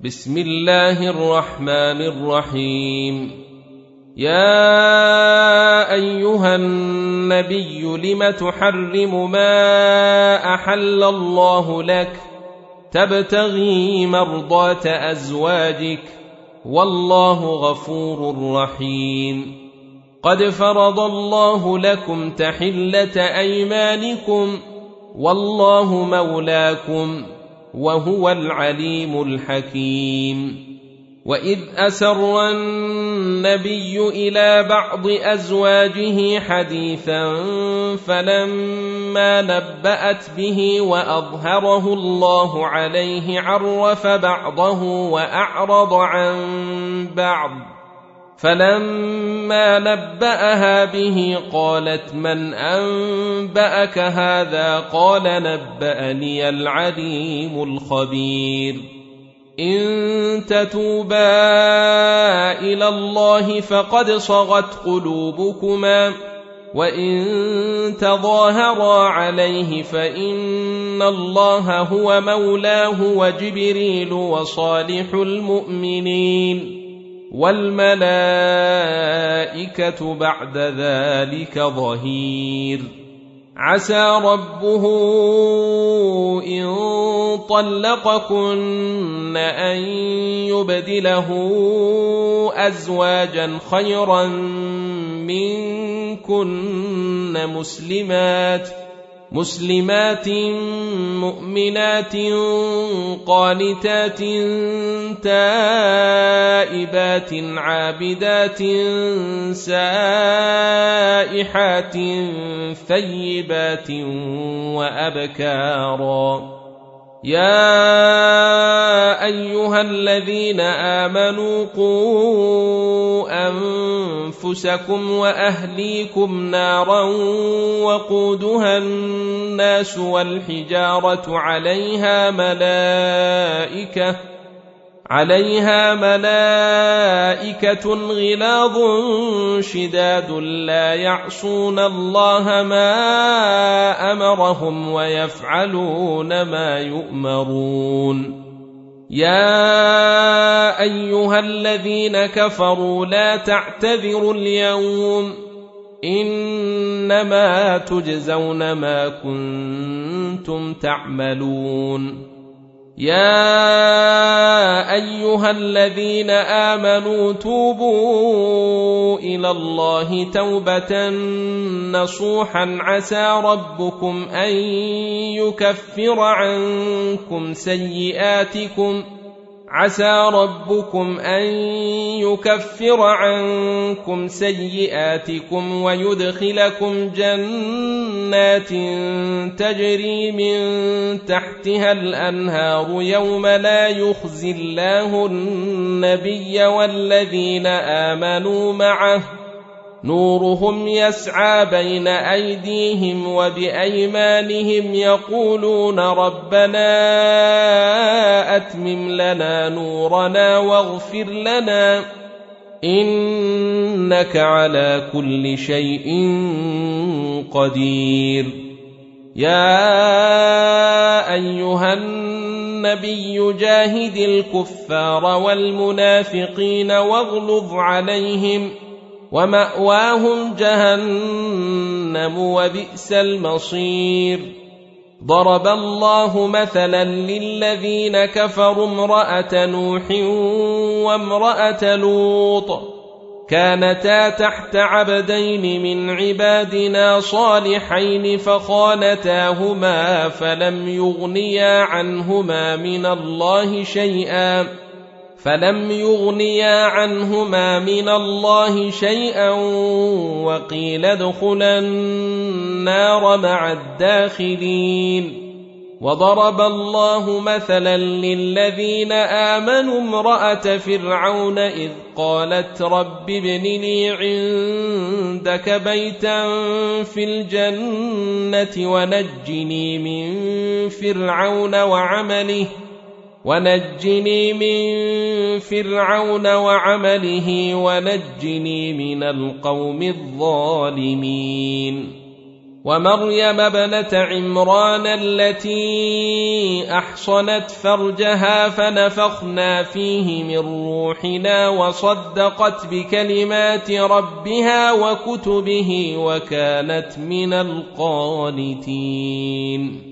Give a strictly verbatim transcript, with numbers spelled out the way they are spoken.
بسم الله الرحمن الرحيم. يا أيها النبي لم تحرم ما أحل الله لك تبتغي مرضات أزواجك والله غفور رحيم. قد فرض الله لكم تحلة أيمانكم والله مولاكم وهو العليم الحكيم. وإذ أسر النبي إلى بعض أزواجه حديثا فلما نبأت به وأظهره الله عليه عرف بعضه وأعرض عن بعض، فلما نبأها به قالت من أنبأك هذا؟ قال نبأني العليم الخبير. إن تتوبا إلى الله فقد صغت قلوبكما وإن تظاهرا عليه فإن الله هو مولاه وجبريل وصالح المؤمنين والملائكة بعد ذلك ظهير. عسى ربه إن طلقكن أن يبدله أزواجا خيرا منكن مسلمات مسلمات مؤمنات قانتات تائبات عابدات سائحات ثيبات وأبكارا. يا أيها الذين آمنوا قوا أنفسكم وأهليكم نارا وقودها الناس والحجارة عليها ملائكة عليها ملائكة غلاظ شداد لا يعصون الله ما أمرهم ويفعلون ما يؤمرون. يا أيها الذين كفروا لا تعتذروا اليوم إنما تجزون ما كنتم تعملون. يا أيها الذين آمنوا توبوا إلى الله توبة نصوحا عسى ربكم أن يكفر عنكم سيئاتكم عسى ربكم أن يكفر عنكم سيئاتكم ويدخلكم جنات تجري من تحتها الأنهار يوم لا يخزي الله النبي والذين آمنوا معه نورهم يسعى بين أيديهم وبأيمانهم يقولون ربنا أتمم لنا نورنا واغفر لنا إنك على كل شيء قدير. يا أيها النبي جاهد الكفار والمنافقين واغلظ عليهم ومأواهم جهنم وبئس المصير. ضرب الله مثلا للذين كفروا امرأة نوح وامرأة لوط كانتا تحت عبدين من عبادنا صالحين فخانتاهما فلم يغنيا عنهما من الله شيئا فلم يغنيا عنهما من الله شيئا وقيل ادخلا النار مع الداخلين. وضرب الله مثلا للذين آمنوا امرأة فرعون إذ قالت رب ابن لي عندك بيتا في الجنة ونجني من فرعون وعمله ونجني من فرعون وعمله ونجني من القوم الظالمين. ومريم ابنة عمران التي أحصنت فرجها فنفخنا فيه من روحنا وصدقت بكلمات ربها وكتبه وكانت من القانتين